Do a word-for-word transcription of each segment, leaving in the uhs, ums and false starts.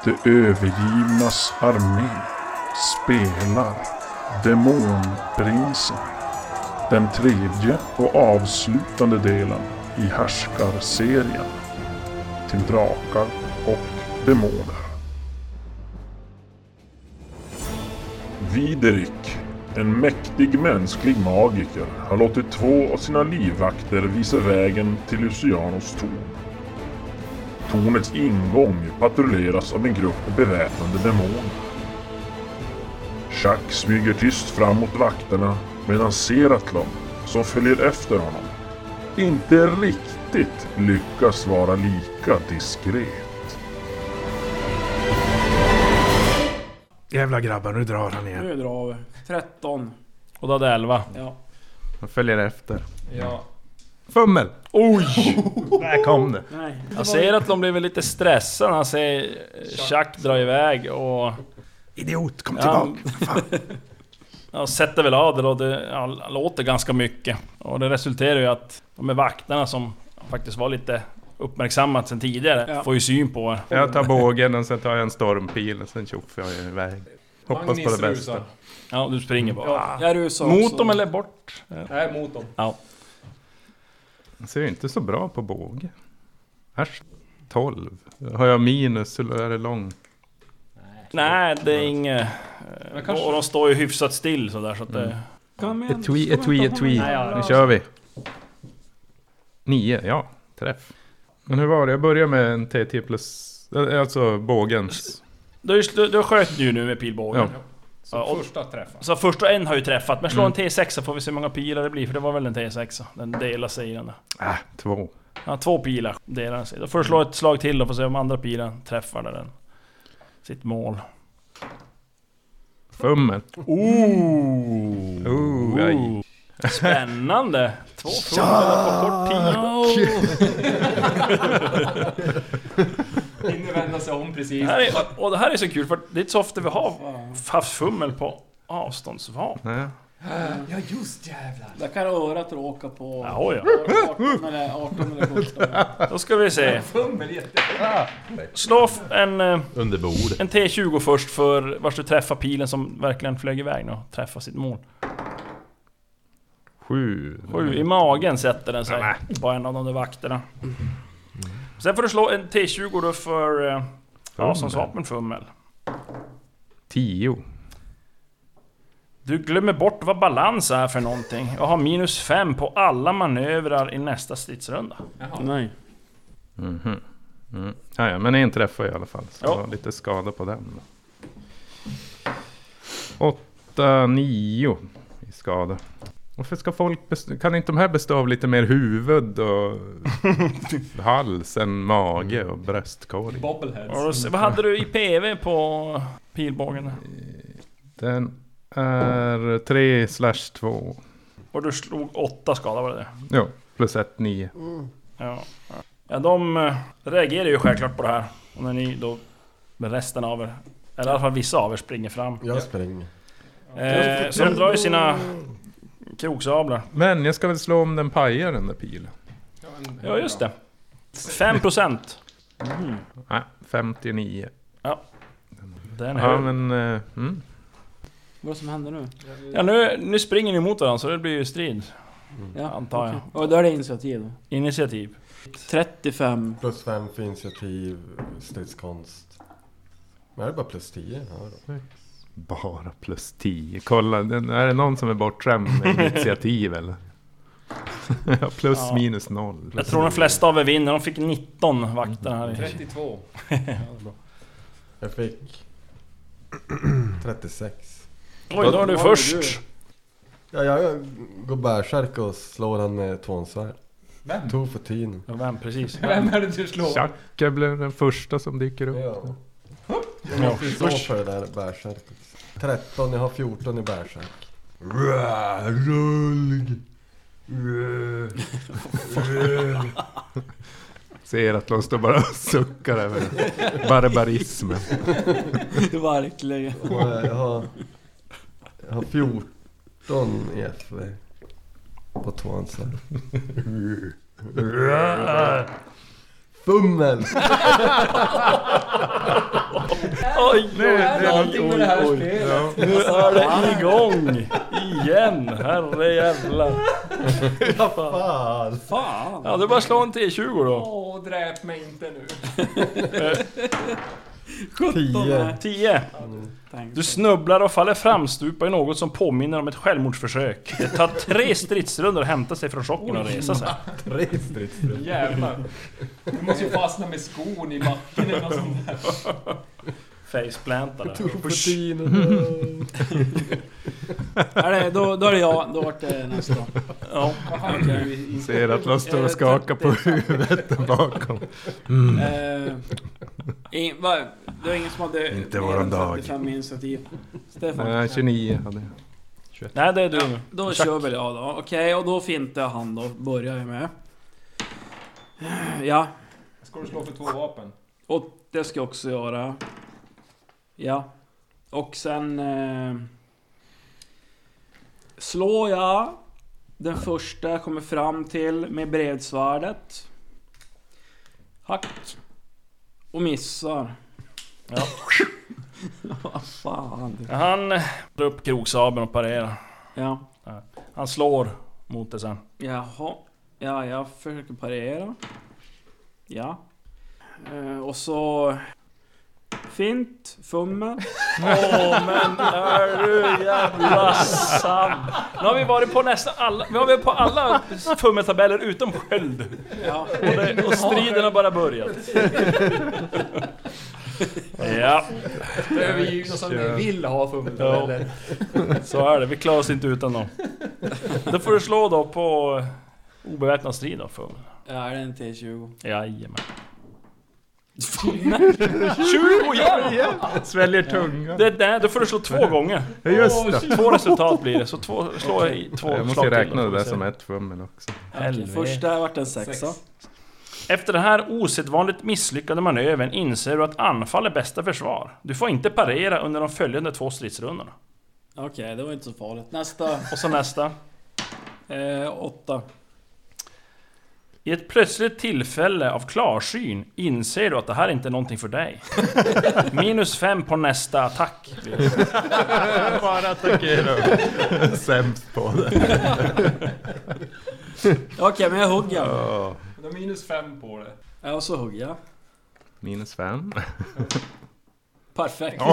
De övergivnas armé spelar Demonprinsen. Den tredje och avslutande delen i härskarserien till drakar och demoner. Viderik, en mäktig mänsklig magiker, har låtit två av sina livvakter visa vägen till Lucianos torn. Tornets ingång patrulleras av en grupp beväpnade demoner. Jack smyger tyst fram mot vakterna medan Seratlon, som följer efter honom, inte riktigt lyckas vara lika diskret. Jävla grabbar, nu drar han igen. Nu drar vi. tretton. Och då hade elva. Ja. Han följer efter. Ja. Fummel! Oj! Där kom det. Nej. Jag ser att de blir lite stressade när han ser Chuck dra iväg och... Idiot, kom Ja. tillbaka. Ja, sätter väl av det och det ja, låter ganska mycket. Och det resulterar ju att de här vakterna som faktiskt var lite uppmärksammat sedan tidigare Ja. får ju syn på er. Jag tar bågen och sen tar jag en stormpil och sen tjoffar jag iväg. Hoppas på det bästa. Ja, du springer bara. Ja, jag rusar Mot också. dem eller bort? Ja. Nej, mot dem. Ja. Jag ser ju inte så bra på båge. Äsch, tolv. Har jag minus eller är det lång? Nej, det är inget... Men kanske- Och de står ju hyfsat still sådär så att det... Kom igen. Etui, etui, etui. Nej, ja, Nu kör vi. Nio, ja. Träff. Men hur var det? Jag börjar med en T tio plus... Alltså bågens. Du, du, du sköt ju nu med pilbågen. Ja. Så Ja, och- första träffen. Så första en har ju träffat, men slå Mm. en T sex så får vi se hur många pilar det blir, för det var väl en T sex. Den delar sig i den där. Äh, två. Ja, två pilar delar sig. Då får du slå ett slag till och få se om andra pilen träffar där den. Sitt mål. Fummel. Ooh. Oh, aj. Spännande! Två fummlar på kort tid. Hinner vända sig om Det precis. här är, och det här är så kul, för det är inte så ofta vi har haft fummel på avståndsvapen. Nej. Ja, just jävlar. Där kan örat råka på Jaha, ja. arton eller arton eller sjutton. Då ska vi se. Fummel jättebra. Slå f- en, eh, Under bordet. en T tjugo först för vars du träffar pilen som verkligen flög iväg nu och träffar sitt mål. Sju. Sju, i magen sätter den sig på en av de där vakterna. Sen får du slå en T tjugo då för eh, avståndsvapenfummel. Tio. Du glömmer bort vad balans är för någonting. Jag har minus fem på alla manövrar i nästa stridsrunda. Nej. Mhm. Mm. Ja, ja, men en träffar i alla fall. Så Ja. jag har lite skada på den då. Åtta, nio i skada. Varför ska folk best- kan inte de här bestå av lite mer huvud och hals än mage och bröstkorg? Bobbleheads. Och då se- vad hade du i P V på pilbågen? Den är tre slash två. Och du slog åtta skada, var det det? Ja, plus ett, nio. Ja. Ja, de eh, reagerar ju självklart på det här. Och när ni då, med resten av er, eller i alla fall vissa av er, springer fram. Jag springer. Eh, så de drar ju sina kroksablar. Men jag ska väl slå om den pajar den där pilen. Ja, just det. fem procent. Nej, femtionio. Den är Ja, hög. men... eh, mm. Vad är det som händer nu? Ja, nu, nu springer ni mot varandra så det blir ju strid. Ja, Antar jag. okej. Och då är det initiativ då. Initiativ. trettiofem. Plus fem för initiativ, stridskonst. Men är det bara plus tio? Ja, då. Bara plus tio. Kolla, den, är det någon som är bortskämd med initiativ eller? Ja, plus Ja. minus noll. Jag tror de flesta av er vinner. De fick nitton vakter här. i- trettiotvå. Jag fick trettiosex. Oj, då är du Vad var det först. Ja, jag går bärsärk och slår han med tvånsvärd. Vem? Två för tio. Ja, vem, precis. Vem är det du slår? Tjacka blev den första som dyker upp. Ja. Jag måste ju slå för det där bärsärk. tretton, jag har fjorton i bärsärk. Ser att de står bara och suckar över barbarismen. Verkligen. Och jag har, jag har fjorton i F V på tvånsvärd. Fummel! Oj, Det, det är Någonting med det här oj, spelet. ja. nu är det igång igen. Herre jävlar. Fan! Fan! Ja, du bara slå en T tjugo då. Åh, dräp mig inte nu. Tio. tio. Du snubblar och faller framstupa i något som påminner om ett självmordsförsök. Det tar tre stridsrundor att hämta sig från chocken och resa sig. Tre stridsrundor. Jävlar. Du måste ju fastna med skon i backen eller något sånt där. Faceplantade. Är det, då, då är det jag, då vart det nästa. Ja. Okej. Ser att de står och skakar på huvudet där bakom. Eh, i, va, det var ingen som hade Inte mer våran än dag. trettiofem initiativ. Stefan. Nej, tjugonio hade jag. Nej, det är du. Då kör väl jag då. Okej, och då fintar jag han då. Börjar jag med. Ja, Ska du slå för två vapen? och det ska jag också göra. Ja. Och sen... Eh, slår jag den första jag kommer fram till med bredsvärdet. Hack. Och missar. Ja. Vad fan. Han drar upp kroksabeln och parerar. Ja. Han slår mot det sen. Jaha. Ja, jag försöker parera. Ja. Eh, och så... Fint. Fummel. Åh, men är du jävla sam. Nu har vi varit på nästan alla... Vi har varit på alla fummeltabeller utom sköld. Ja. Och, det, och striden har bara börjat. Ja, Det är vi ju något som vi vill ha fummel. Ja. Eller? så är det. Vi klarar oss inte utan dem. Då får du slå då på obeväpnad strid då, fummel. Ja, är det en T tjugo? Jajamän. tjugo igen! Sväljer tungan. Det, nej, då får du slå två gånger. Ja, just det. Två resultat blir det. Så två, slå i två Jag måste slag ju till räkna då, det får vi där se. som ett fummel också. Helvete. Första har varit en sexa. Sex. Efter den här osedvanligt misslyckade manövern inser du att anfall är bästa försvar. Du får inte parera under de följande två stridsrundorna. Okej, det var inte så farligt. Nästa. Och så nästa. Eh, åtta. I ett plötsligt tillfälle av klarsyn inser du att det här inte är någonting för dig. Minus fem på nästa attack. Bara attackera. Sämst på det. Okej, men jag hugger. Ja. Du har minus fem på det. Ja, och så hugger jag. Minus fem. Perfekt.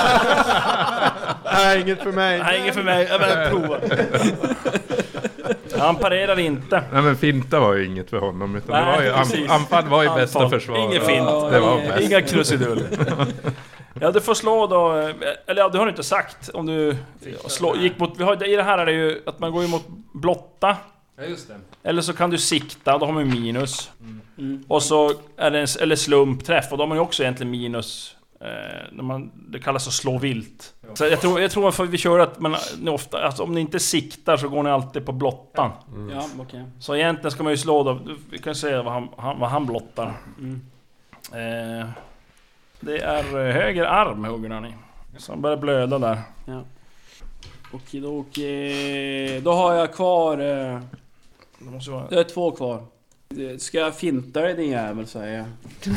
Nej, inget för mig. Nej, inget för mig. Jag vill prova. Han parerar inte. Nej, men finta var ju inget för honom. Utan det Nej, var ju, precis. an, anfall var ju bästa Anfall. försvar. Ingen fint. Det var bäst. Inga krusiduller. Ja, du får slå då. Eller ja, du har inte sagt om du slå, gick mot... Vi har, i det här är det ju att man går ju mot blotta. Ja, just det. Eller så kan du sikta, då har man minus. Mm. Och så är det en, eller slumpträff, och då har man ju också egentligen minus. Eh, när man, det kallas att slå vilt. Ja. Så jag tror, jag tror att vi kör att man ni ofta, alltså om ni inte siktar så går ni alltid på blottan. Ja, okej. Så egentligen ska man ju slå då, vi kan se vad han, han, vad han blottar. Mm. Eh, det är eh, höger arm hugger han i. Så han börjar blöda där. Ja. Okej, då, okej. Då har jag kvar... Eh, Det måste vara... det är två kvar. Ska jag finta dig din jävel, säger jag.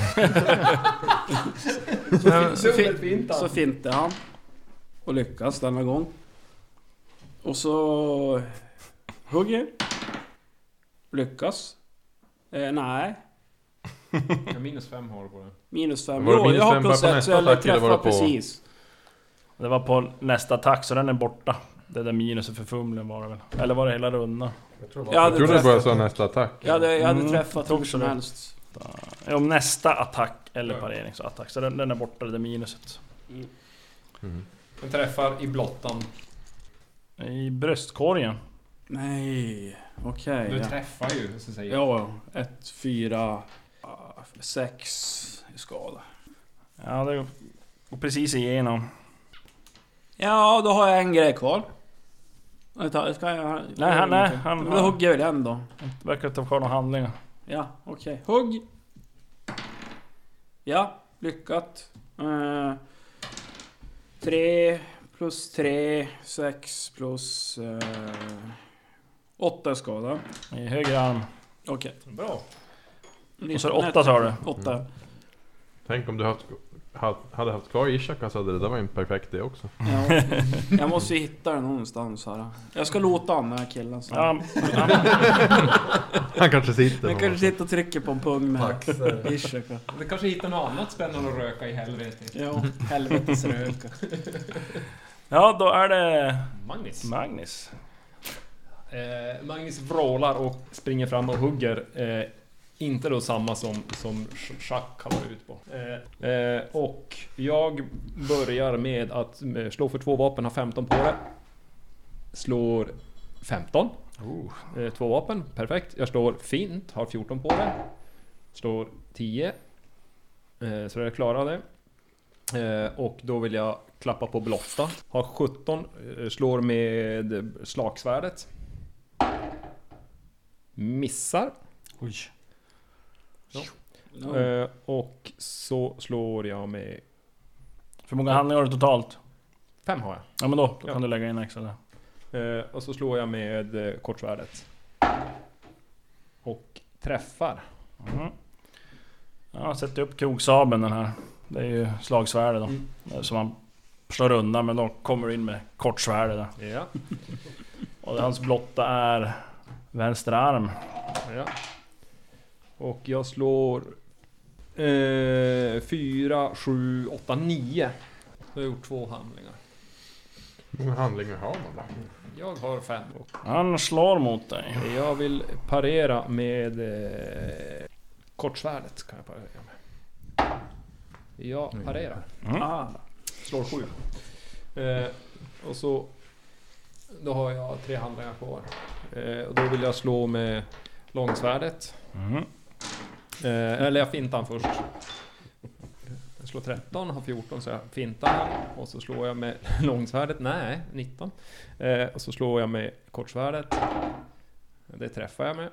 Subbelfintan. Så fintar han. Och lyckas denna gång. Och så... Hugger. Lyckas. Eh, nej. Ja, minus fem har du på det. Minus fem. Var det Jo, minus jag har fem bara plus på ett, nästa så jag attack, eller var träffar det på- precis. Det var på nästa attack, så den är borta. Det där minuset för fumlen var det väl. Eller var det hela rundan? Jag tror Jag Jag hade, trodde det bara träffat, sa nästa attack. jag hade, jag hade Mm, träffat tog hur så som det. helst. Ja, om nästa attack eller parering så attack. Så den, den är borta, det där minuset. Mm. Den träffar i blottan. I bröstkorgen. Nej, okej. Du ja. träffar ju, så säger Ja, ja. Ett, fyra, ah, sex i skada. Ja, det går precis igenom. Ja, då har jag en grej kvar. Vänta, ska jag... Nej, han- nej, han- Men då hugger jag den då. Det verkar inte ha kvar några handlingar. Ja, okej. Hugg! Ja, lyckat. Uh, tre plus tre, sex plus... Uh, åtta skada. I höger arm. Okej. Bra. Och så är det åtta, sa du? Åtta. Tänk om du haft, hade haft kvar Ishaka så hade det där var en perfekt det också. Ja. Jag måste hitta den någonstans här. Jag ska låta han den här killen. Så. Ja, ja. Han kanske sitter. Jag kanske sitter och trycker på en pung med Ishaka. Du kanske hittar något annat spännande att röka i helvetet. Ja, helvetes röka. Ja, då är det Magnus. Magnus. Eh, Magnus vrålar och springer fram och hugger. Eh, inte då samma som, som Schack har varit ut på. Eh, eh, och jag börjar med att eh, slå för två vapen, har femton på det. Slår femton. Oh. Eh, två vapen, perfekt. Jag slår fint, har fjorton på det. Slår tio. Eh, så är jag klar av det. Eh, och då vill jag klappa på blotta. Har sjutton. Eh, slår med slagsvärdet. Missar. Oj. No. Eh, och så slår jag med Hur många handlingar har du totalt? fem har jag. Ja men då, då Ja. kan du lägga in extra där. Eh, och så slår jag med eh, kortsvärdet. Och träffar. Mm. Ja, sätter upp krogsabeln den här. Det är ju slagsvärde då. Mm. Så man slår undan, men då kommer du in med kortsvärde där. Ja. Och hans blotta är vänster arm. Ja. Och jag slår eh, fyra, sju, åtta, nio. Jag har gjort två handlingar. Hur många handlingar har man då? Jag har fem. Och Han slår mot dig. jag vill parera med eh, kortsvärdet. Kan jag parera med. Jag parerar. Mm. Ah. Slår sju. Eh, och så då har jag tre handlingar kvar. Eh, och då vill jag slå med långsvärdet. Mm. Eh, eller jag fintar han först. Jag slår tretton, har fjorton så jag fintar han. Och så slår jag med långsvärdet. Nej, nitton. Eh, och så slår jag med kortsvärdet. Det träffar jag med.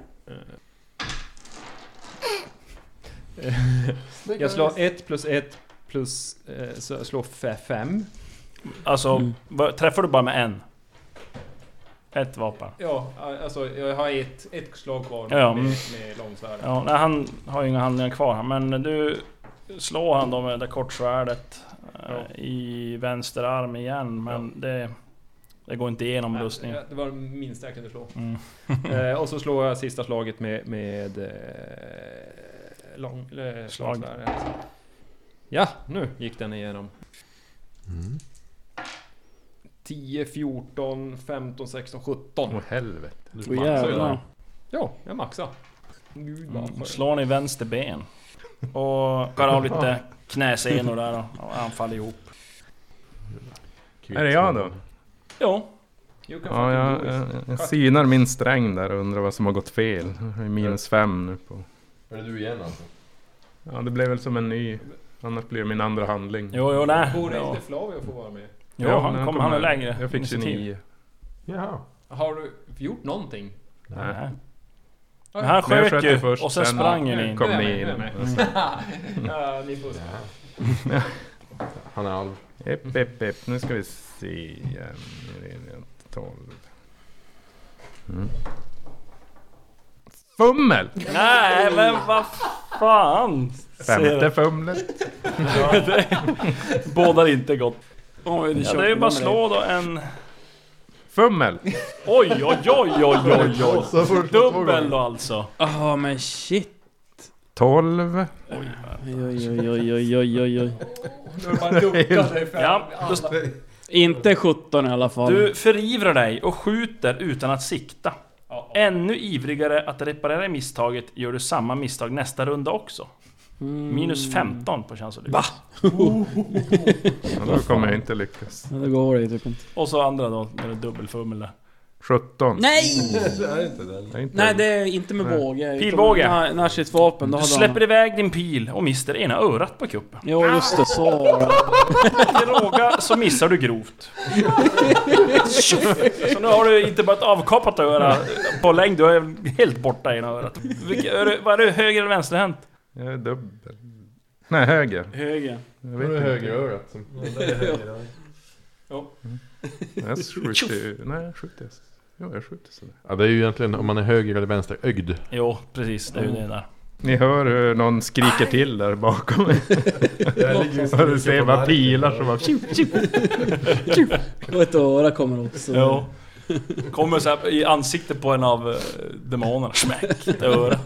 Eh, jag slår ett plus ett plus eh, så jag slår fem. Alltså, Mm. vad- träffar du bara med en? Ett vapen? Ja, alltså jag har ett, ett slag kvar med, Ja, med, mm. med långsvärdet. Ja, nej, han har ju inga handlingar kvar här, men du slår han då med det kortsvärdet eh, Ja. i vänster arm igen, men det, det går inte igenom Nej, rustningen. det var det minsta jag kunde slå. Mm. eh, och så slår jag sista slaget med, med eh, lång, eh, slagsvärdet. Ja, nu gick den igenom. Mm. tio, fjorton, femton, sexton, sjutton. Åh helvete. Du Åh, maxar ju jävlar. där. Ja, jag maxar. Gud vad Mm. skönt. Slår ni vänster ben och skar av lite knäsenor där och, och han faller ihop. Är det jag då? Jo, You can Ja, jag, fucking do jag, it. jag synar min sträng där och undrar vad som har gått fel. Jag är minus fem nu på. Är det du igen alltså? Ja, det blev väl som en ny. Annars blir det min andra handling. jo, jo, nej. Borde Jo, inte Flavio få vara med? jo Ja, han, men kom, han är kommer- längre. Jag fick Initiativ. tjugonio. Jaha. Har du gjort någonting? Nej. Men han Men jag sköt sköt ju först, och sen sen- sprang Ja, ni in. Kom Nu är ni jag in. med, nu är jag med. Ja, ni får se. Han är alv. Epp, epp, epp. Nu ska vi se igen. Nu är det tolv. Mm. Fummel! Nej, men vad fan! Femte fumlet. Ja, det bådar inte gott. Oj, det Ja, kör det är ju på bara med slå då en... Fummel! Oj, oj, oj, oj, oj, oj. Så får du två Dubbel gånger. då alltså. Ah, men shit. Tolv. Oj, oj, oj, oj, oj, oj, oj, oj. Nu är det bara ducka dig för Ja, då, Inte sjutton i alla fall. du förivrar dig och skjuter utan att sikta. Ännu ivrigare att reparera misstaget gör du samma misstag nästa runda också. Mm. Minus femton på chans att lyckas. Ja, då kommer jag inte lyckas. Ja, det går det typ inte. Och så andra då, med det dubbelfummel där. sjutton. Nej! Det är inte den. Det är inte Nej, det är inte med Nej. båge. Pilbåge. När, när sitt vapen, då Du hade släpper han... iväg din pil och mister ena örat på kuppen. Jo, just det, så var det. Till råga så missar du grovt. Så nu har du inte bara ett avkapat öra på längd, du är helt borta i ena örat. Vilka, är det, vad är det, höger eller vänsterhänt? Jag är dubbel. Nej, höger. Höger. Jag Det vet är inte. höger örat som... Jag skjuter ju... Nej, jag skjuter. Jo, jag skjuter sådär. Ja, det är ju egentligen om man är höger eller vänster ögd. Jo, precis, det är ju det där. Ni hör hur någon skriker till där bakom mig. Och du ser bara pilar som bara... Tjup, tjup. Och ett öra kommer också. Ja. Kommer så här i ansiktet på en av uh, demonerna. Smäck, ett öra.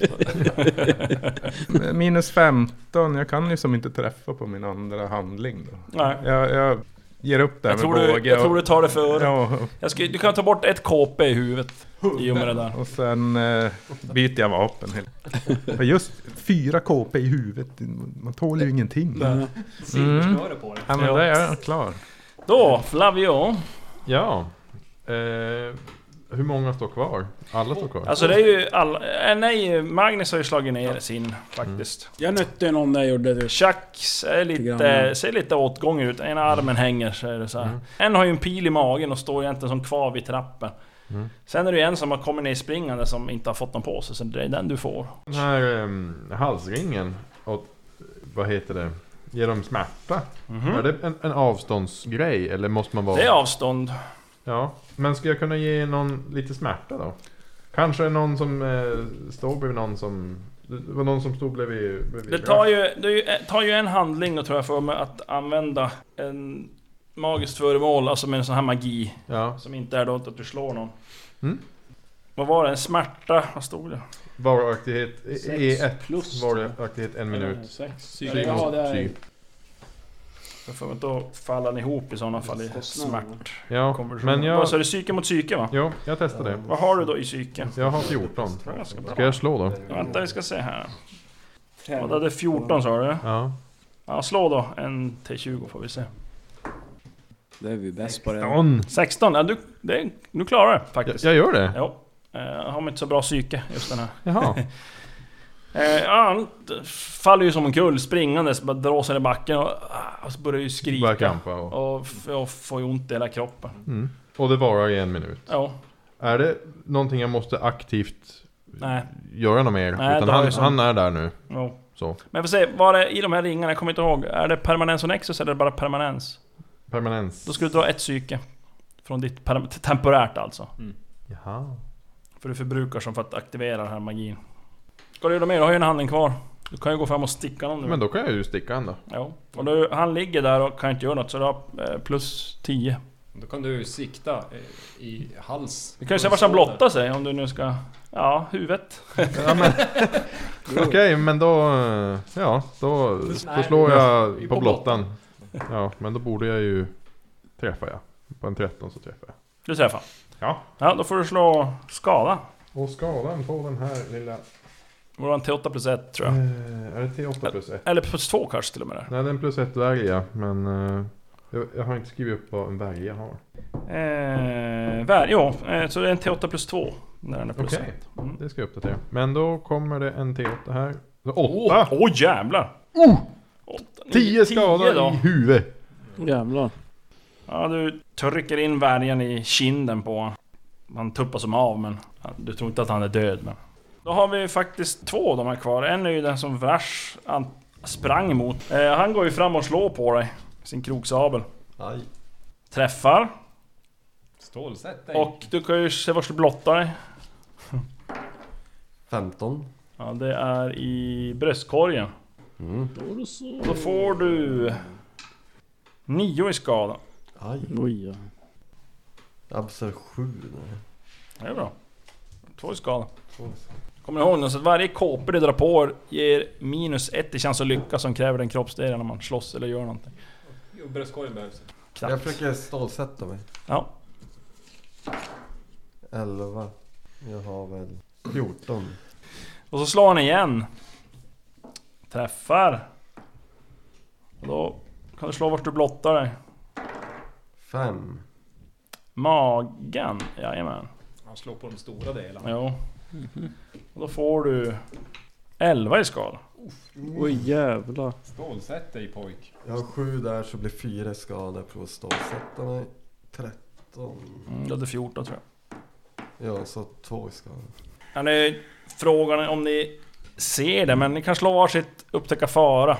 Minus femton, jag kan ju som inte träffa på min andra handling då. Nej. Jag, jag ger upp det här Jag med tror, båge. du, jag och, tror du tar det för. Ja, Jag ska, du kan ta bort ett K P i huvudet i och med det där. och sen eh, byter jag vapen. För just fyra K P i huvudet, man tål ju ingenting. Silversnöre på det. Ja, men det är jag klar. Då, Flavio. Ja. Eh, hur många står kvar? Alla står kvar. Alltså det är ju alla... Äh, nej, Magnus har ju slagit ner sin faktiskt. Jag nötte någon där gjorde det. Chuck är lite, ser lite åtgång ut. Ena armen hänger så är det så här. Mm. En har ju en pil i magen och står egentligen som kvar vid trappen. Mm. Sen är det ju en som har kommit ner springande som inte har fått någon på sig. Så det är den du får. Den här um, halsringen, och vad heter det? Ger dem smärta? Mhm. Är det en, en avståndsgrej eller måste man vara... Det är avstånd. Ja, men ska jag kunna ge någon lite smärta då? Kanske någon som eh, står bredvid någon som... Det var någon som stod bredvid... bredvid Det tar ju, det tar ju en handling då tror jag för mig att använda en magiskt föremål, alltså med en sån här magi. Ja. Som inte är då att du slår någon. Mm. Vad var det? En smärta? Vad stod det? Varaktighet E ett plus. varaktighet en minut. Sex. Psy Ja, det är... psy. Jag får då falla ihop i sådana fall i smärt. Ja, Konversion. men jag... Vad sa du? Psyke mot psyke va? Jo, jag testar det. Vad har du då i psyke? Jag har fjorton. Ganska bra. Ska jag slå då? Vänta, vi ska se här. Vad hade fjorton sa du? Ja. Ja, slå då. En T tjugo får vi se. Det är vi bäst på det. sexton. sexton, ja du, det, du klarar det faktiskt. Jag, jag gör det? Jo. Eh, Jag har inte så bra psyke just den här. Jaha. Eh, ja, han faller ju som en kull springandes, bara drar sig i backen och, ah, och så börjar ju skrika. Börjar kampa och... Och, f- och får ju ont i hela kroppen. Mm. Och det varar i en minut. Ja, Är det någonting jag måste aktivt nej. göra något mer? Nej, Utan det har han, ju som- han är där nu. Jo. Så. Men vi får se, var det i de här ringarna, jag kommer inte ihåg. Är det permanens och nexus eller är det bara permanens? Permanens. Då ska du dra ett psyke. Från ditt per- temporärt alltså. Jaha. För du förbrukar som för att aktivera den här magin. Ska du göra mer? Du har ju en handling kvar. Du kan ju gå fram och sticka honom nu. Men då kan jag ju sticka han då. Ja. Och du, han ligger där och kan inte göra något, så du har eh, plus tio. Då kan du sikta eh, i hals. Du kan ju se vart han blottar sig om du nu ska... Ja, huvudet. Ja, men... Okej, men då... Ja, då, då Nej, slår jag på på blottan. Ja, men då borde jag ju... Träffa jag. På en tretton så träffar jag. Du träffar. Ja. Ja, då får du slå skada. Och skadan på den här lilla... Det var en T åtta plus ett tror jag. Eh, är det T åtta plus ett? Eller plus två kanske till och med där. Nej, det är en plus ett värja, men... Eh, jag, jag har inte skrivit upp vad en värja har. Eh, vär, jo, eh, så det är en T åtta plus två. När den är plus Okej. ett. Mm. Det ska jag uppdatera. Men då kommer det en T åtta här. Så Åh, åtta! oh, jävlar! Oh! Åtta, nio, tio skada då. i huvudet! Jävlar. Ja, du trycker in värjan i kinden på honom. Han tuppar som av, men ja, du tror inte att han är död. Men då har vi faktiskt två av de här kvar. En är ju den som Vrash an- sprang emot. Eh, han går ju fram och slår på dig. Sin kroksabel. Aj. Träffar. Stålsätt dig. Och du kan ju se vart du blottar dig. femton. Ja, det är i bröstkorgen. Mm. Då får du nio i skada. Aj. Oj, ja. Absolut sju. Nej. Det är bra. Två i skada. Kommer ihåg nu, så att varje kåpor du drar på er ger minus ett i chans att lyckas som kräver den kroppsdelen när man slåss eller gör någonting. Jo, bröstkorgen behövs. Knappt. Jag försöker stålsätta mig. Ja. elva. Jag har väl fjorton. Och så slår han igen. Träffar. Och då kan du slå vart du blottar dig. fem. Magen, jajamän. Han slår på de stora delarna. Jo. Och då får du elva i skala. Oj, jävlar. Stålsätt dig pojk. Jag har sju där så blir fyra skador på att stålsätta mig. tretton. Mm, det hade fjorton tror jag. Ja, så två i skada. Ja, det är frågan om ni ser det, men ni kan slå varsitt upptäcka fara.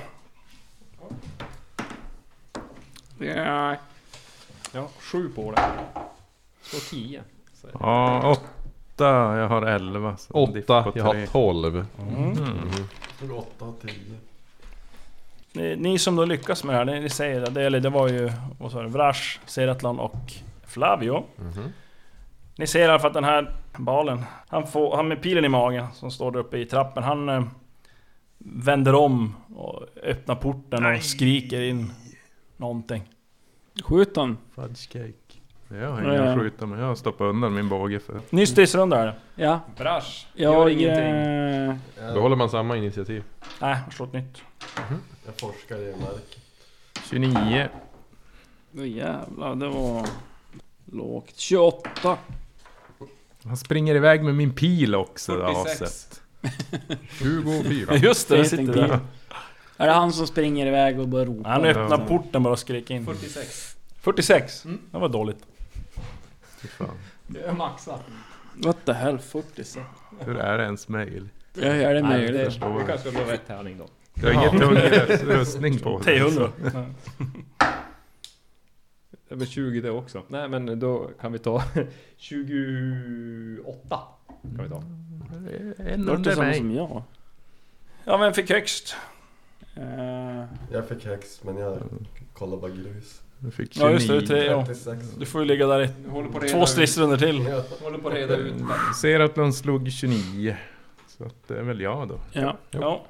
Ja. Ja, sju på det. Slå tio. Så är det. Ja, åtta. Jag har elva. så diff åtta, på jag har tre. tolv. Mm. Mm. åtta och tio. Ni, ni som då lyckas med det här, ni, ni säger det, det, eller det var ju vad sa det, Vrash, Seratlon och Flavio. Mhm. Ni ser i alla fall att den här balen, han, får, han med pilen i magen som står där uppe i trappen, han eh, vänder om och öppnar porten och skriker in någonting. Skjut han. Fudge cake. Jag har Ja, inga ja. skjuta men jag har stoppat undan min båge för... Ny stridsrunda är det. Ja. Brash, gör Jag... ingenting. Eh, Behåller man samma initiativ? Nej, jag slår ett nytt. Jag forskar i mark. tjugonio. oh, jävlar, det var... Lågt. tjugoåtta. Han springer iväg med min pil också. fyrtiosex. Avsett. tjugofyra. Just det, det Det sitter tänkte där. jag. Är det han som springer iväg och börjar ropa? Han öppnar Ja. porten bara och skriker in. fyrtiosex. fyrtiosex. Mm. Det var dåligt. Fy fan. Det är maxat. What the hell, fyrtiosex? Hur är det ens mail? Ja, är det Nej, möjligt? det, förstår vi jag. kanske ska slå rätt tärning då. Jag har ingen tung röst- röstning på det. trehundra. Det är väl tjugo det också. Nej men då kan vi ta tjugoåtta. Kan vi ta. En Låter under samma mig. som jag. Ja, vem fick högst? Eh, Jag fick häx men jag kollar bara grus. Jag fick Ja, just det. tjugonio. tre, ja. trettiosex. Du får ju ligga där i Håller på att reda två ut. stridsrunder till. Ja. Håller på att reda ut. Ser att de slog tjugonio. Så att det är väl jag då. ja. Ja,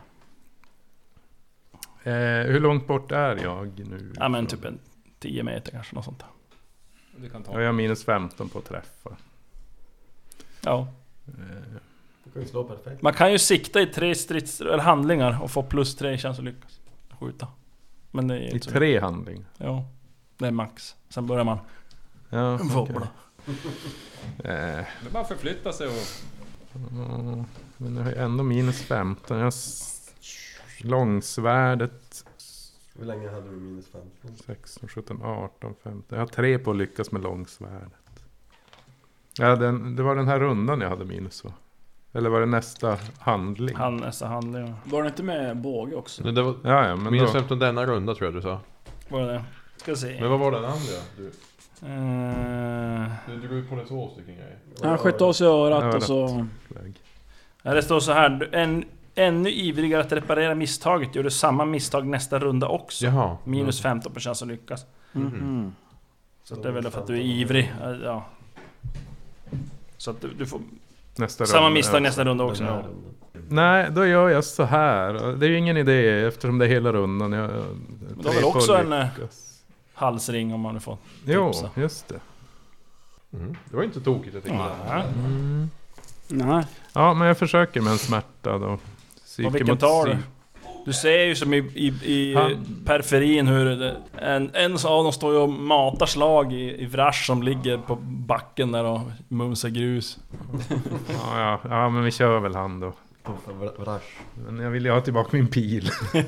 Eh, hur långt bort är jag nu? ja men typ en tio meter kanske, något sånt där. Du kan Ja, ta. jag har minus femton på att träffa. Ja. Eh, Du kan ju slå perfekt. Man kan ju sikta i tre strids eller handlingar och få plus tre chans att lyckas skjuta. Men det är I inte så. tre handlingar. Ja, det är max. Sen börjar man Ja, okej. wobbla. Eh, Det är bara att förflytta sig och... ja, men jag har ju ändå minus femton. Jag har s- långsvärdet Hur länge hade du minus femton? sexton, sjutton, arton, femton. Jag har tre på att lyckas med långsvärdet. Ja, den, det var den här rundan jag hade minus så. Eller var det nästa handling? Han nästa handling. Var det inte med båge också? Det, det var Ja, ja, men minus då, femton denna runda tror jag du sa. Vad är det? Ska se. Men vad var den andra? Du, Eh, du drog ut på det två stycken grejer. Han sköt av sig örat Ja, och så... ja, det står så här. En, ännu ivrigare att reparera misstaget. Gör du samma misstag nästa runda också. Jaha. Minus femton på chans att lyckas. Mhm. Så att det är väl för att du är ivrig. Ja. Så att du, du får Nästa samma runda, misstag ja. nästa runda Den också. här Ja. rundan. Nej, då gör jag så här. Det är ju ingen idé eftersom det är hela rundan. Jag, jag, du har väl också en, eh, Halsring om man nu får Jo, tipsa. just det. Mm. Det var inte så tokigt jag tyckte. Ja. Mm. Nej. Ja, men jag försöker med en smärta då. Psyke Och vilken mot tar du? psy- Du ser ju som i, i, i Han- periferin hur det, en, en av dem står ju och matar slag i, i Vrash som ligger på backen där och mumsar grus. Ja, ja, ja, men vi kör väl han då. Vr- Vrash. Men jag vill ju ha tillbaka min pil.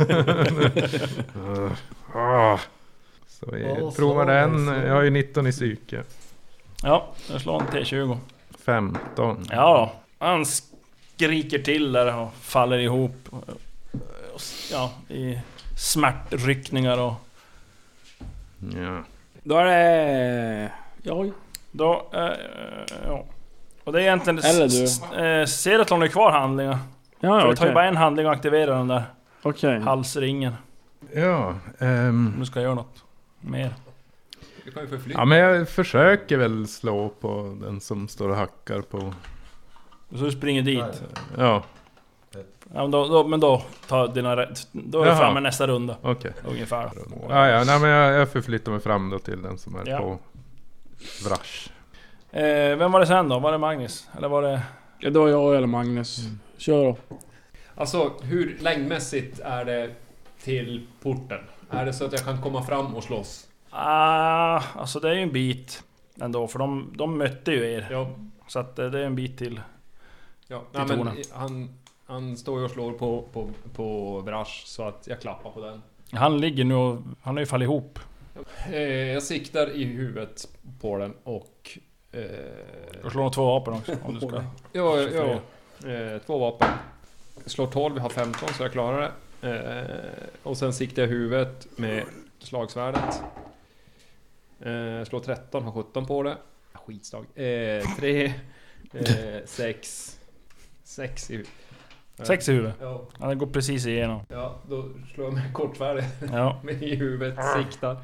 Uh, ah. Så vi Ja, provar så, den. så. Jag har ju nitton i psyke. Ja, jag slår en T tjugo. femton. Ja då. Han skriker till där och faller ihop. Ja, i smärtryckningar och... Ja. Då är det... Jag. Då... Eh, ja. Och det är egentligen... Eller du. s- Eh, ser att hon är kvar handlingar. Ja, För ja, det tar ju okej. bara en handling att aktivera den där Okej. halsringen. Ja, ehm, Om du ska göra något mer. Du kan ju förflytta. ja, men jag försöker väl slå på den som står och hackar på. Så du springer dit. Ja, Ja, men då, då, men då tar dina rätt. Då är du Jaha. framme nästa runda. okej. Ungefär. Ja, ja, nej, men jag, jag förflyttar mig fram då till den som är Ja. på Vrash. Eh, vem var det sen då? Var det Magnus? Eller var det... Ja, då är jag eller Magnus. Kör då. Alltså hur längdmässigt är det till porten? Är det så att jag kan komma fram och slåss? Ah, alltså det är ju en bit ändå. För de, de mötte ju er. Ja. Så att eh, det är en bit till. Ja, Till nej, men tornen. han, han står ju och slår på, på, på Vrash så att jag klappar på den. Han ligger nu och... Han har ju fallit ihop. Eh, jag siktar i huvudet på den och... Eh, Du slår nog två vapen också. Om du ska. ja, ja, eh, två vapen. Jag slår tolv, jag har femton så jag klarar det. Eh, och sen siktar jag huvudet med slagsvärdet. Eh, slår tretton, har sjutton på det. Skitslag. Eh, tre, eh, sex, sex i... Sex i huvudet. Ja, Ja, det går precis igenom. ja, då slår jag med kortfärdig Ja. med i huvudet, siktar.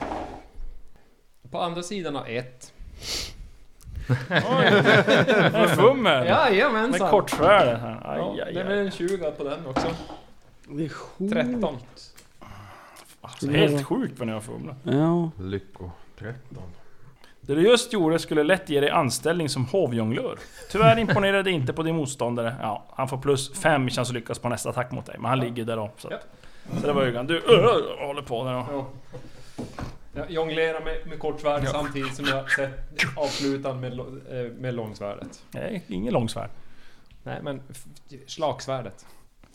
På andra sidan av ett. Oj, en fummel. Jajamensan. Med kortsvärdet här. Aj, Ja, aj, det är väl aj. en tjugo på den också. Det är sjukt. tretton. Alltså, helt sjukt vad ni har fumlat. Ja. Lycko. tretton. Det du just gjorde skulle lätt ge dig anställning som hovjonglör. Tyvärr imponerade inte på din motståndare. Ja, han får plus fem chans att lyckas på nästa attack mot dig. Men han ligger där då. Så, att, så det var ju gan. Du uh, håller på där då. Ja. Jag jonglerar med, med kortsvärd Ja. samtidigt som jag sett avslutan med, lo- eh, med långsvärdet. Nej, ingen långsvärd. Nej, men f- slagsvärdet.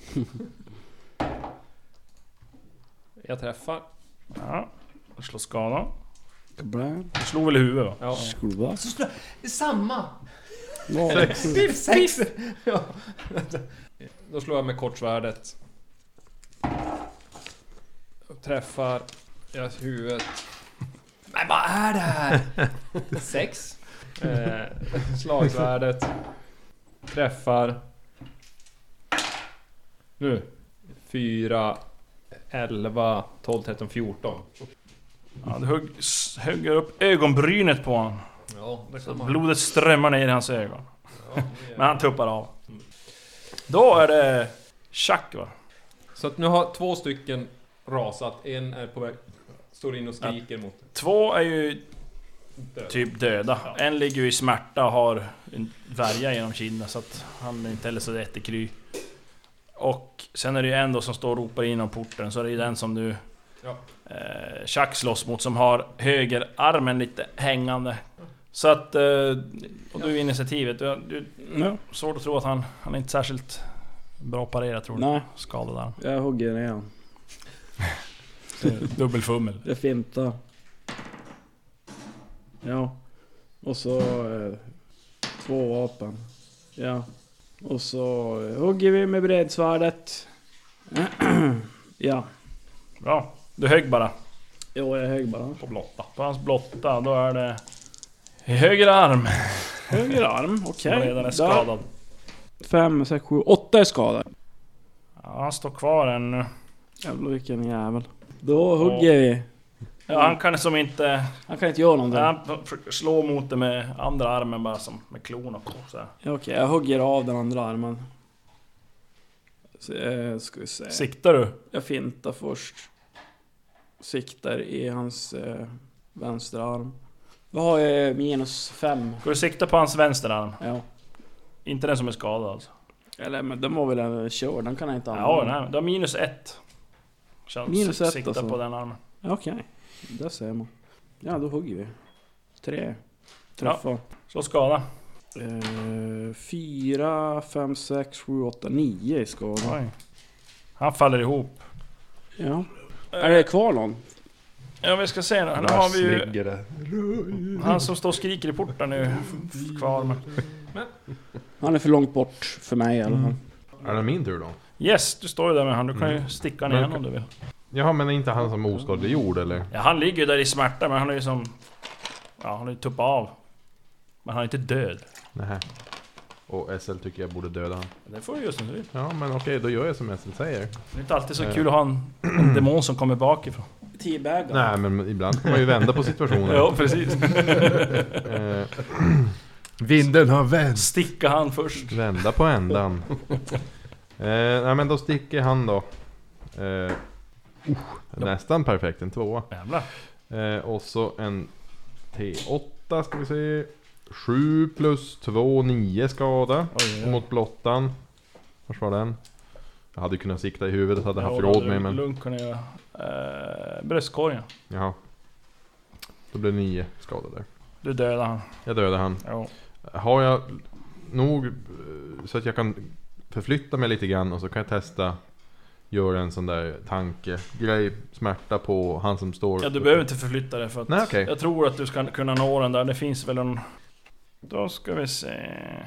Jag träffar. Ja, du slår skada. Bra. Du slog väl i huvudet va? Ja. Skruva. Samma! Sex. Sex! Ja. Då slår jag med kortsvärdet. Och träffar jag huvudet. Men vad är det här? Sex. Eh, slagsvärdet. Träffar. Nu. Fyra. Elva. Tolv, tretton, fjorton. Ja, du hugg, s- hugger upp ögonbrynet på honom. Ja, det Så blodet strömmar ner i hans ögon. Men han tuppar av. Då är det Chuck va? Så att nu har två stycken rasat. En är på väg. Står in och skriker mot Två är ju död. typ döda. En ligger ju i smärta och har en värja genom kinden så att han är inte heller så jättekry. Och sen är det ju en då som står och ropar inom porten, så är det ju den som du Ja. eh, Chuck slåss mot, som har högerarmen lite hängande. Så att eh, och du är initiativet. Du, du, Ja. svårt att tro att han han är inte särskilt bra parerat tror du. Nej, Skadad där. jag hugger ner han. Dubbelfummel. Det fintar. Ja. Och så eh, två vapen. Ja. Och så eh, hugger vi med bredsvärdet. Ja. Bra. Du högg bara Jo, jag är hög bara. på blotta. På hans blotta, då är det i höger arm. Höger arm, Som okej. redan är Där. skadad. Fem, sex, sju, åtta är skadade. Ja, han står kvar ännu. Jävlar vilken jävel. Då hugger vi. Ja, han kan som inte... Han kan inte göra någonting. Han försöker slå mot det med andra armen bara som med klorna på så här. Ja, okej, jag hugger av den andra armen. Så, eh, ska vi se. Siktar du? Jag fintar först. Siktar i hans eh, vänsterarm. Vad har jag? Minus fem. Ska du sikta på hans vänsterarm? Ja. Inte den som är skadad alltså. Eller men de var väl en kör, den kan jag inte Ja, använda. nej, du har minus ett. Chans Minus ett sikta alltså. på den armen. Ja, okej, där ser man. Ja, då hugger vi. Tre. Träffar. Slå skada. Eh, fyra, fem, sex, sju, åtta, nio i skada. Oj. Han faller ihop. Ja. Är det kvar någon? Ja, vi ska se nu. Nu har vi ju ligger där. han som står och skriker i porten nu kvar med. Han är för långt bort för mig i alla fall. Är det min tur då? Yes, du står ju där med han. Du kan ju Mm. sticka Men- ner om du vill. Jaha, men är inte han som oskadliggjord eller? Ja, han ligger ju där i smärta, men han är ju som... Ja, han är ju tuppat av. Men han är inte död. Nähä. Och S L tycker jag borde döda han. Det får du just nu. Ja, men okej, då gör jag som S L säger. Det är inte alltid så Eh. kul att ha en, en demon som kommer bakifrån. Teabaggar. Nej, men ibland kan man ju vända på situationen. Ja, precis. Eh, Vinden har vänt. Sticka han först. vända på ändan. eh, nej, men då sticker han då. Eh, uh, nästan perfekt, en tvåa. Jävlar. Eh, och så en T åtta ska vi se. sju plus två, nio skada. Oj, Och mot blottan. Vars var den? Jag hade kunnat sikta i huvudet, hade haft Ja, råd du med, men... lugnt kunna göra. Eh, bröstkorgen. Jaha. Då blev det nio skada där. Du dödar han. Jag dödade han. Jo. Har jag nog eh, så att jag kan förflytta mig lite grann och så kan jag testa göra en sån där tankegrej, smärta på han som står. Ja, du behöver inte förflytta dig för att Nej, okej. jag tror att du ska kunna nå den där. Det finns väl en... Då ska vi se...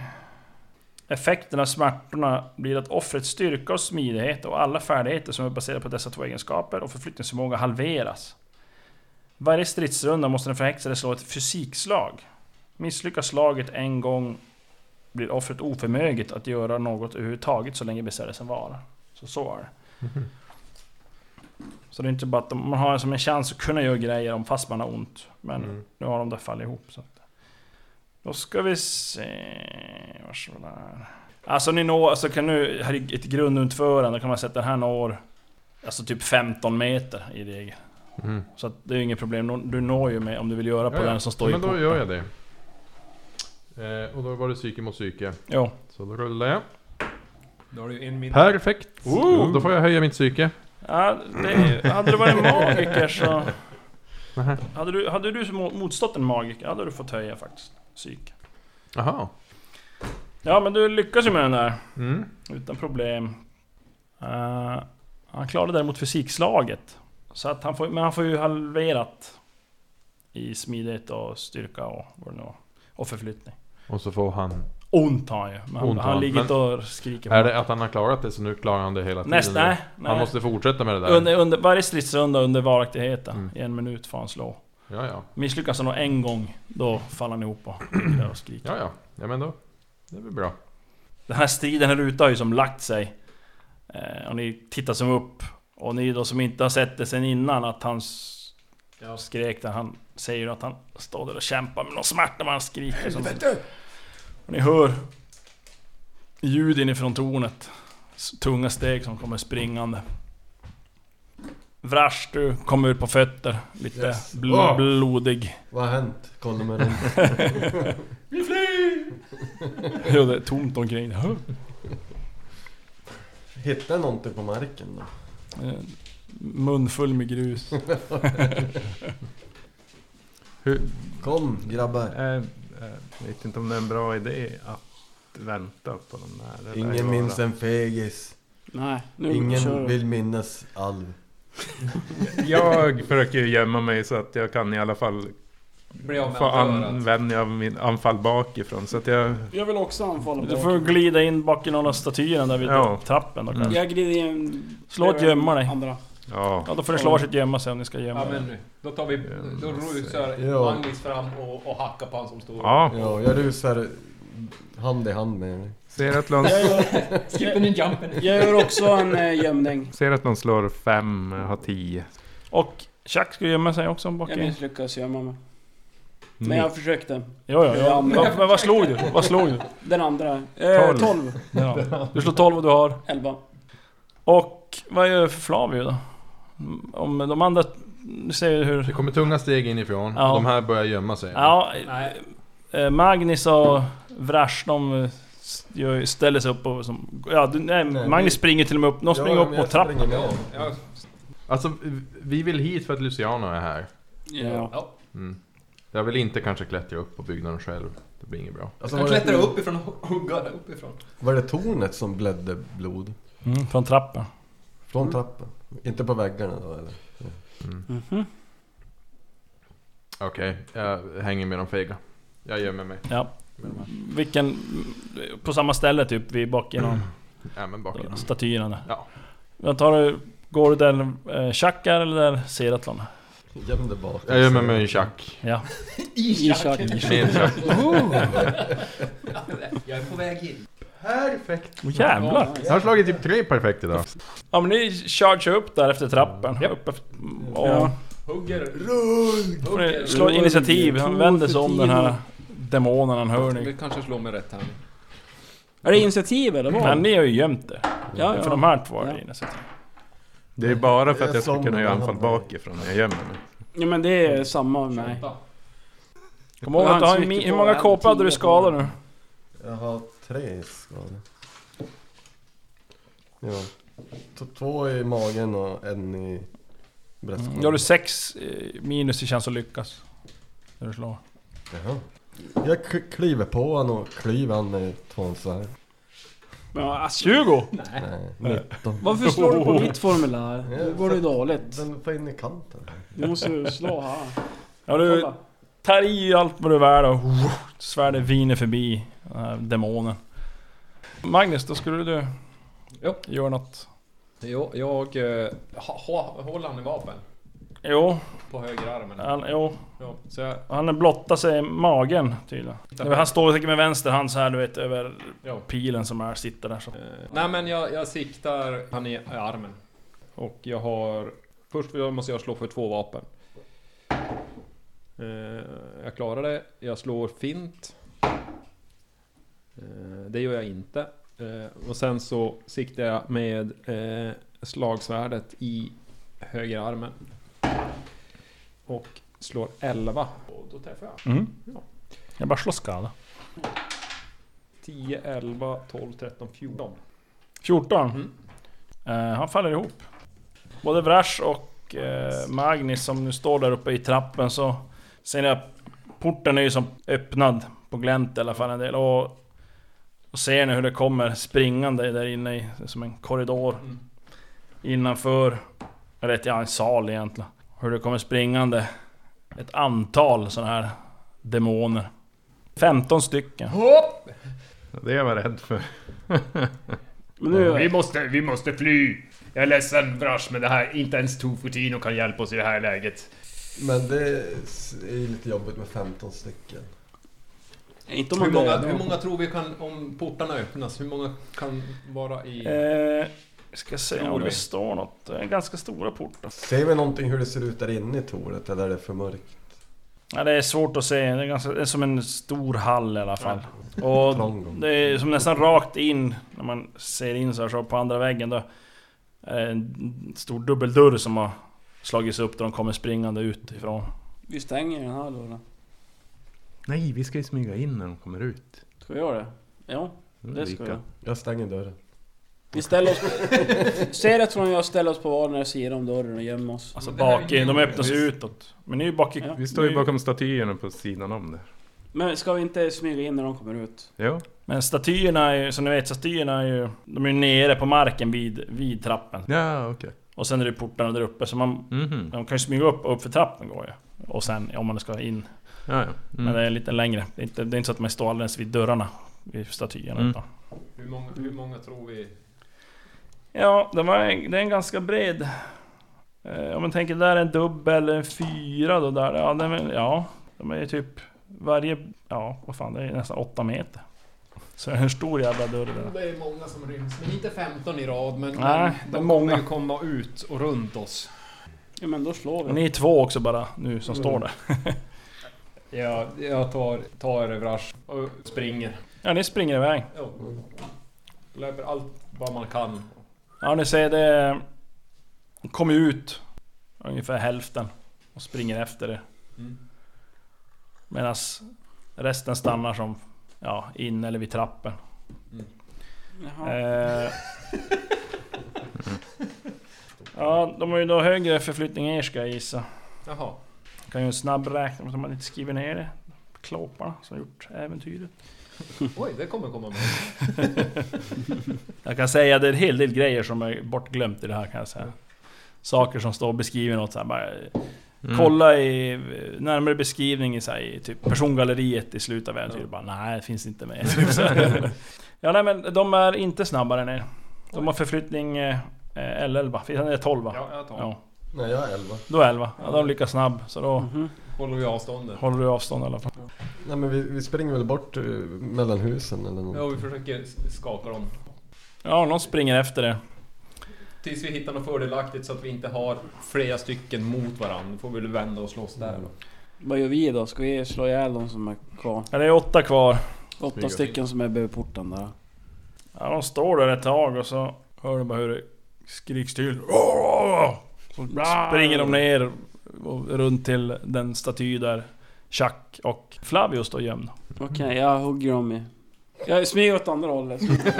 Effekten av smärtorna blir att offrets styrka och smidighet och alla färdigheter som är baserade på dessa två egenskaper och förflyttningsförmåga halveras. Varje stridsrunda måste den förhäxade slå ett fysikslag. Misslyckas slaget en gång blir offret oförmöget att göra något överhuvudtaget så länge besvärjelsen varar. Så så är det. Mm. Så det är inte bara att de, man har som en chans att kunna göra grejer om fast man har ont. Men mm. nu har de där fallit ihop. Så att, då ska vi se... Vars var det här? Alltså ni når, alltså kan nu, här är ett grundutförande kan man sätta den här når, alltså typ femton meter i regel. Mm. Så att det är ju inget problem, du når ju med om du vill göra på ja, den som står men i porten. Men då gör jag det. Eh, och då var det psyke mot psyke. Jo. Så då rullar jag. Då har du en min. Perfekt. Oh. Då får jag höja mitt psyke. Ja, det, hade du varit magiker så... hade, du, hade du motstått en magiker hade du fått höja faktiskt psyke. Aha. Ja, men du lyckas ju med den där. Mm. Utan problem. Uh, han klarade däremot fysikslaget. Så att han får, men han får ju halverat i smidighet och styrka och vad det nu var. Och förflyttning. Och så får han... Ont har han ju. Men han, han ligger och skriker. Är det att han har klarat det så nu klarar han det hela tiden? Näst, nej, nej. Han måste fortsätta med det där. Under, under varje stridsrunda under varaktigheten. Mm. I en minut får han slå. Ja, ja. Misslyckas han nog en gång, då faller han ihop och ligger där och skriker. Ja, ja. Ja, men då... Det blir bra. Den här striden här ute har ju som lagt sig. Eh, och ni tittar som upp. Och ni då som inte har sett det sen innan att han ja. skrek där. Han säger att han står där och kämpar med någon smärta. Man skriker som... Och ni hör ljud inifrån tornet. Tunga steg som kommer springande. Vrash, du kommer ut på fötter. Lite yes. bl- oh. blodig. Vad har hänt? Kolla mig runt. Vi flyr! Jo, det är tomt omkring. Hittar någonting på marken då? Munfull med grus. Hur? Kom, grabbar. Jag äh, äh, vet inte om det är en bra idé att vänta på de där. Ingen minns en fegis. Nej, nu ingen kör. Vill minnas alv. Jag försöker ju gömma mig så att jag kan i alla fall få användning av min anfall bakifrån. Så att jag... jag vill också anfalla bakifrån. Du får glida in bak i någon av statyerna där vid ja. trappen. Då mm. Jag glider in. Slå ett gömma dig. Andra. Ja. Ja, då får du slå varsitt gömma sig om ni ska gömma. Ja, men då tar vi, då rusar ja. Magnus fram och, och hackar på han som står. Ja. Ja, jag rusar hand i hand med mig. Ser att någon... Skippen and jumpen. Jag gör också en äh, gömning. Ser att någon slår fem, har tio. Och Chuck ska gömma sig också bak in. Jag misslyckas gömma mig. Men jag försökte. Ja, ja, ja. Men vad slog du? Vad slog du? Den andra. Eh, tolv. Ja. Du slår tolv och du har? elva. Och vad gör Flavio då? Om de andra... Du ser hur... Det kommer tunga steg inifrån. Ja. De här börjar gömma sig. Ja. Nej. Magnus och Vrash, de ställer sig upp och... Som, ja, du, nej, nej, Magnus vi... springer till och med upp. De springer ja, upp på trappen. Ja. Alltså, vi vill hit för att Luciano är här. Ja. Mm. Jag vill inte kanske klättra upp på byggnaden själv. Det blir inget bra. Alltså, kan klättra det... uppifrån och hugga uppifrån. Var det tornet som blödde blod? Mm, från trappen. Från mm. trappen? Inte på väggarna då eller? Mm. Mm-hmm. Okej, okay, jag hänger med de fega. Jag gömmer mig. Ja. Vilken... På samma ställe typ, vid bak i någon... Ja, men bak i statyerna där. Ja. Jag tar du... Går du där eh, Chackar eller där Seratlon? Göm det bak. Jag gömmer mig i Chack. Ja. I Chack. I Chack. Jag är på väg in. Perfekt. Oh, jävlar. Jag har slagit typ tre perfekt idag. Ja, men ni charge upp där efter trappen. Yep. Upp efter, och ja. Hugger. Rull. Slå initiativ. Han vänder sig om den här demonen han hör ni. Vi kanske slår med rätt här. Är det initiativ eller vad? Nej, ni har ju gömt det. Ja, ja. För de här två är det initiativ. Det är bara för att jag ska kunna göra anfall bakifrån när jag gömmer mig. Ja, men det är samma med mig. Kom ihåg att du har en, hur många kåpor hade du skador nu? Jag har tre skador. Ja. Två i magen och en i bröstkorgen. Mm. Då har du sex minus i chans att lyckas. När du slår. Jaha. Jag k- kliver på han och kliver han med två svärd. Ja, alltså, tjugo? Nej. Nej, nitton. Varför slår du på mitt formulär? Ja, nu går det dåligt. Den får in i kanten. Du måste ju slå här. Ja, du tar i allt vad du är värd och svärdet viner förbi äh, demonen. Magnus, då skulle du jo. göra något. Jo, jag uh, ha, ha, håller han i vapen. Jo, På högerarmen. han, jo. Ja, så jag, Han blottar sig i magen tydligen. Han står säkert med vänster hand så här, du vet, över ja. pilen som är, sitter där så. Eh, nej men jag, jag siktar han i, i armen. Och jag har... Först måste jag slå för två vapen. Eh, jag klarar det. Jag slår fint. Eh, det gör jag inte. Eh, och sen så siktar jag med eh, slagsvärdet i höger armen. Och slår elva. Och då träffar jag. Mm. Ja. Jag bara slår skada. tio, elva, tolv, tretton, fjorton. fjorton. Mm. Eh, han faller ihop. Både Vrash och eh, Magnus som nu står där uppe i trappen, så ser ni att porten är ju som öppnad på glänt i alla fall en del. Och, och ser ni hur det kommer springande där inne i, som en korridor. Mm. Innanför, eller ett, ja, en sal egentligen. Hur det kommer springande ett antal sådana här demoner. femton stycken. Det är jag var rädd för. Men nu, Vi måste, vi måste fly. Jag är ledsen Vrash, men det här, inte ens Tofutino kan hjälpa oss i det här läget. Men det är ju lite jobbigt med femton stycken. inte om Hur man många, dödar hur dem. många tror vi kan, om portarna öppnas, hur många kan vara i... Eh, ska se Tror om vi. det står något. Det är ganska stora portar. Ser vi någonting hur det ser ut där inne i tornet, eller är det för mörkt? Ja, det är svårt att se. Det är, ganska, det är som en stor hall i alla fall. Och Trång. det är som nästan rakt in, när man ser in så här, så på andra väggen då. Är det en stor dubbeldörr som har slagits upp där de kommer springande ut ifrån. Vi stänger den här dörren. Nej, vi ska ju smyga in när de kommer ut. Ska vi göra det? Ja, Mm, det ska lika. vi. Jag stänger dörren. Vi ställer oss på... Ser jag tror jag ställer oss på vardera sida om dörren och gömmer oss. Alltså Men det här är bak i, ju- de öppnas ju utåt. Men ni är ju bak i... Ja. Vi står ju ni- bakom statyerna på sidan om det. Men ska vi inte smyga in när de kommer ut? Ja. Men statyerna är ju, som ni vet, statyerna är ju... De är ju nere på marken vid, vid trappen. Ja, okej. Och sen är det portarna där uppe, så man... Mhm. De kan ju smyga upp och upp för trappen går ju. Och sen, om man ska in. Ja, ja. Men Mm. det är lite längre. Det är inte, det är inte så att man står alldeles vid dörrarna. Vid statyerna. Mm. Utan. Hur många, hur många tror vi... Ja, det, var, det är en ganska bred... Eh, om man tänker där är en dubbel, en fyra då där. Ja, det är, ja, de är ju typ... Varje... Ja, vad fan, det är nästan åtta meter. Så det är en stor jävla dörr där. Det är många som ryms, men inte femton i rad, men, Nej, men det är de många. kommer ju komma ut och runt oss. Ja men då slår vi. Men ni är två också bara nu som står där. Jag, jag tar, tar Vrash och springer. Ja, ni springer iväg. Ja. Löper allt vad man kan. Ja, ni ser det... Kommer ut ungefär hälften och springer efter det. Mm. Medan resten stannar som... Ja, in eller vid trappen. Jaha. Eh, ja, de har ju då högre förflyttning än er ska jag gissa. Jaha. Kan ju en snabb räkna om man inte skriver ner det. Klåparna som gjort äventyret. Oj, det kommer komma med. Jag kan säga att det är en hel del grejer som är bortglömt i det här kan jag säga. Saker som står beskrivet något så här, bara Mm. kolla i närmare beskrivning i, så här, i typ persongalleriet i slutet av äventyret. Bara, nej, det finns inte med. Typ så här. Ja, nej, men de är inte snabbare än er. De har förflyttning eh, elva. Finns det tolv va? Ja, jag tar. Ja. Nej, jag är elva. Då elva. Ja, de är lika snabb. Så då Mhm. Håller vi avståndet. håller du avstånd i alla fall. Nej, men vi, vi springer väl bort uh, mellan husen eller något. Ja, vi försöker s- skaka dem. Ja, någon springer efter det. Tills vi hittar något fördelaktigt så att vi inte har flera stycken mot varandra. Då får vi väl vända och slåss där då. Vad gör vi då? Ska vi slå ihjäl de som är kvar? Ja, det är åtta kvar. Åtta Smyga. stycken som är vid porten där. Ja, de står där ett tag och så hör du bara hur det skriks till. Så springer de ner och runt till den staty där Chuck och Flavio står gömda. Okej, jag hugger dem i... Jag smyger åt andra hållet.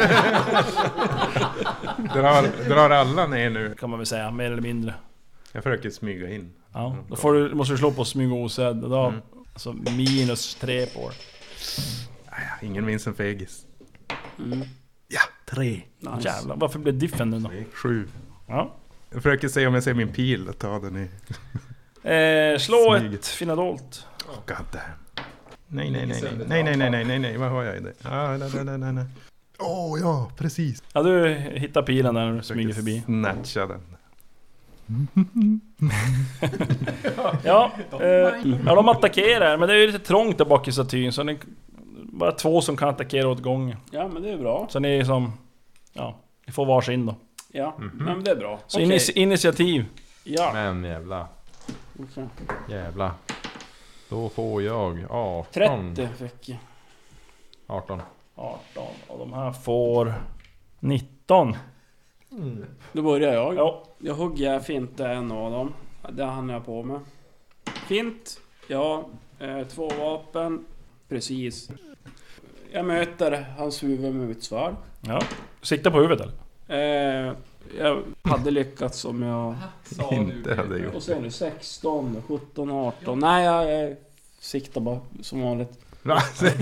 Drar, drar alla ner nu? Kan man väl säga, mer eller mindre. Jag försöker smyga in. Ja, då får du, måste du slå på smyga osedd. Då, Mm. alltså minus tre på det. Ah, ingen minns en fegis. Mm. Tre. Nice. Jävlar, varför blev diffen nu då? Sju. Ja. Jag försöker se om jag ser min pil och ta den i... Eh, slå Smyget. ett finadolt. God damn. Nej, nej, nej, nej, nej, nej, nej, nej, nej, nej, vad har jag i det? Ah, nej, nej, nej, nej, nej. Åh, oh, ja, precis. Ja, du hittar pilen där när du smyger förbi. Snatcha den. Ja, eh, ja, de attackerar, men det är ju lite trångt där bak i statyn, så ni, bara två som kan attackera åt gången. Ja, men det är bra. Så ni är som, ja, ni får varsin då. Ja, mm-hmm. Men det är bra. Så Okej. inici- initiativ. Ja. Men jävla, Okay. jävla. Då får jag arton. trettio fick jag. arton. arton, och de här får nitton. Mm. Då börjar jag. Ja. Jag hugger fint en av dem. Det hann jag på med. Fint. Ja, eh, två vapen. Precis. Jag möter hans huvud med mitt svärd. Ja. Sikta på huvudet eller? Eh, jag hade lyckats om jag... Inte hade gjort. Och så är det sexton, sjutton, arton. Nej, jag, jag siktar bara som vanligt. Jag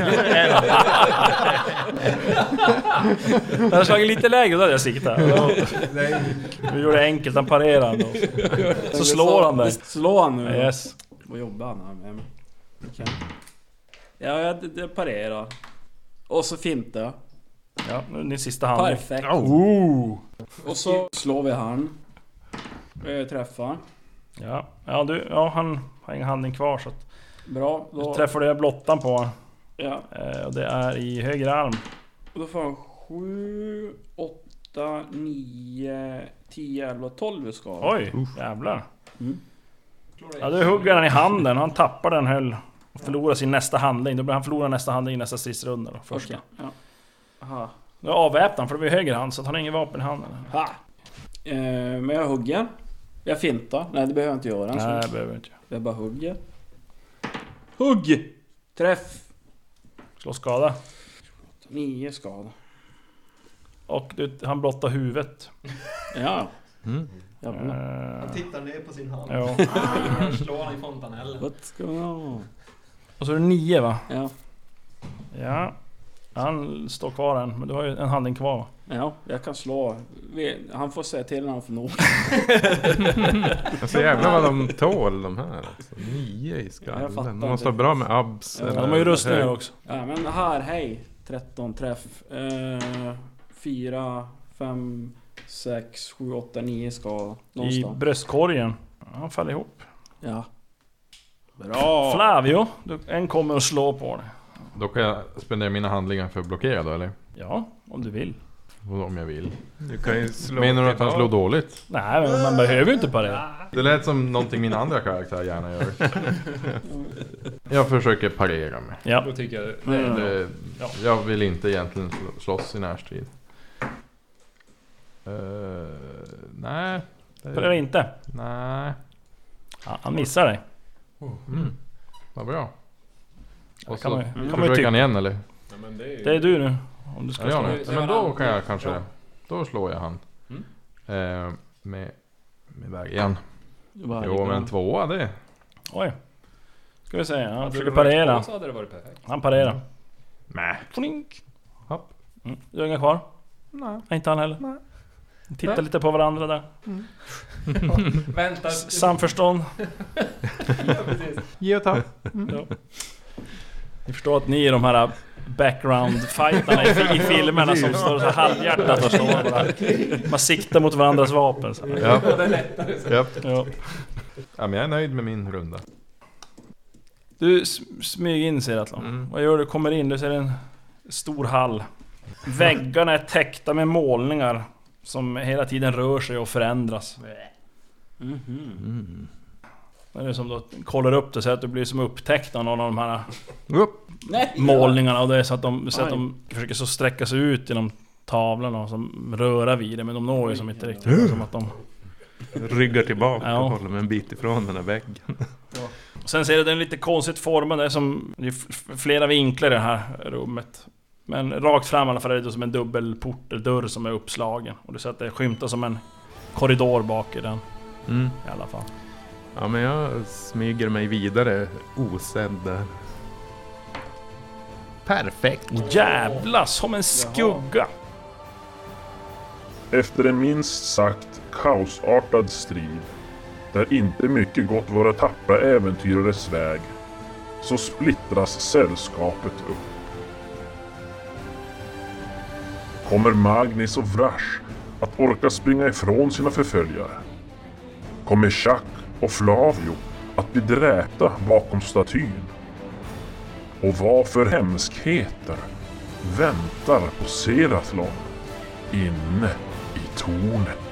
hade slagit lite lägre, då hade jag siktat. Vi gjorde det enkelt, han parerar ändå. Så slår han dig. Slår han nu? Yes. Vad jobbar han här med? Okay. Ja, jag det, det parerar. Och så fintar jag. Ja, nu är din sista hand. Perfekt. Oh. Och så slår vi han. Jag träffar. Ja, ja, du, ja, han har ingen handling kvar så att bra. Då du träffar det blottan på. Ja. Eh, och det är i höger arm. Och då får han sju, åtta, nio, tio, elva, tolv i skada. Oj, jävlar. Mm. Ja, du hugger den i handen. Han tappar den höll och förlorar sin nästa handling. Då blir han förlorar nästa handling i nästa stridsrunda då, första. Okay. Ja. Aha. Då avväpnar han för det blir höger hand så att han har ingen vapen i handen. Ha. Eh, men jag hugger. Jag fintar. Nej, det behöver jag inte göra. Nej, så. det behöver inte. Jag bara hugger. Hugg! Träff! Slå skada. Nio skada. Och du, han blottar huvudet. Ja. Mm. Ja, Uh, Han tittar ner på sin hand. Ja. Han slår han i fontanellen. What's going on? Och så är det nio va? Ja. Ja. Han står kvar än, men du har ju en handling kvar va? Ja, jag kan slå. Han får säga till när han får nog. Alltså jävlar vad de tål de här alltså. Nio i Jag skallen. fattar De måste ha bra med abs. Ja, Ja, de har ju rustningar också. Ja, men här, hej. tretton träff. Eh, fyra, fem, sex, sju, åtta, nio skada. I Någonstans. bröstkorgen. Ja, han faller ihop. Ja. Bra. Flavio, du, en kommer och slår på dig. Då kan jag spendera mina handlingar för att blockera då, eller? Ja, om du vill. Om jag vill. Du kan ju slå. Menar du att han slår dåligt? Nej, men man behöver ju inte parera. Det lät som någonting min andra karaktär gärna gör. Jag försöker parera mig. Ja. Då tycker jag... Mm. Det, Ja. jag vill inte egentligen slå- slåss i närstrid. Uh, nej. Det- Parera inte. Nej. Ja, han missar dig. Mm. Vad bra. Och kan så man ju- kan man ju försöker tycka. han igen eller? Ja, men det är ju... Det är du nu. Om du ska Ja, slå. ja, men, men då kan jag kanske... Ja. Då slår jag han. Mm. Eh, med, med vägen. Varje Jo, gång. men tvåa det. Oj. Ska vi se. Han Hade försöker det varit parera. två så hade det varit perfekt. Han parerar. Nej. Flink. Hopp. Mm. Du har inga kvar? Nej. Nej, inte han heller. Nej. Titta Nej. lite på varandra där. Vänta. S- Samförstånd. Ja, precis. Ge och ta. Ja. Ni förstår att ni är de här background-fightarna i, fi- i filmerna som står så här halvhjärtat och slår bara. Man siktar mot varandras vapen. Så. Ja. Det är lättare så. Ja. Ja. Ja, men jag är nöjd med min runda. Du s- smyger in Seratlon. Mm. Vad gör du? Kommer in, du ser en stor hall. Väggarna är täckta med målningar som hela tiden rör sig och förändras. Mhm. Mm. Det är som då kollar upp det så att du blir som upptäckt av någon av de här Nej. målningarna, och det är så att de, så att Aj. de försöker så sträcka sig ut genom tavlorna och som röra vid det, men de når ju som inte riktigt som att de... Ryggar tillbaka Ja. och håller med en bit ifrån den här väggen. Sen ser du den är lite konstigt formad, det är som det är f- f- flera vinklar i det här rummet. Men rakt fram i alla fall är det som en dubbelport, eller dörr som är uppslagen. Och du ser att det skymtar som en korridor bak i den Mm. i alla fall. Ja, men jag smyger mig vidare osedd där. Perfekt. Jävla som en skugga! Efter en minst sagt kaosartad strid, där inte mycket gott var att tappa äventyrares väg, så splittras sällskapet upp. Kommer Magnus och Vrash att orka springa ifrån sina förföljare? kommer Chuck och Flavio att bli dräpta bakom statyn? Och vad för hemskheter väntar på Seratlon inne i tornet?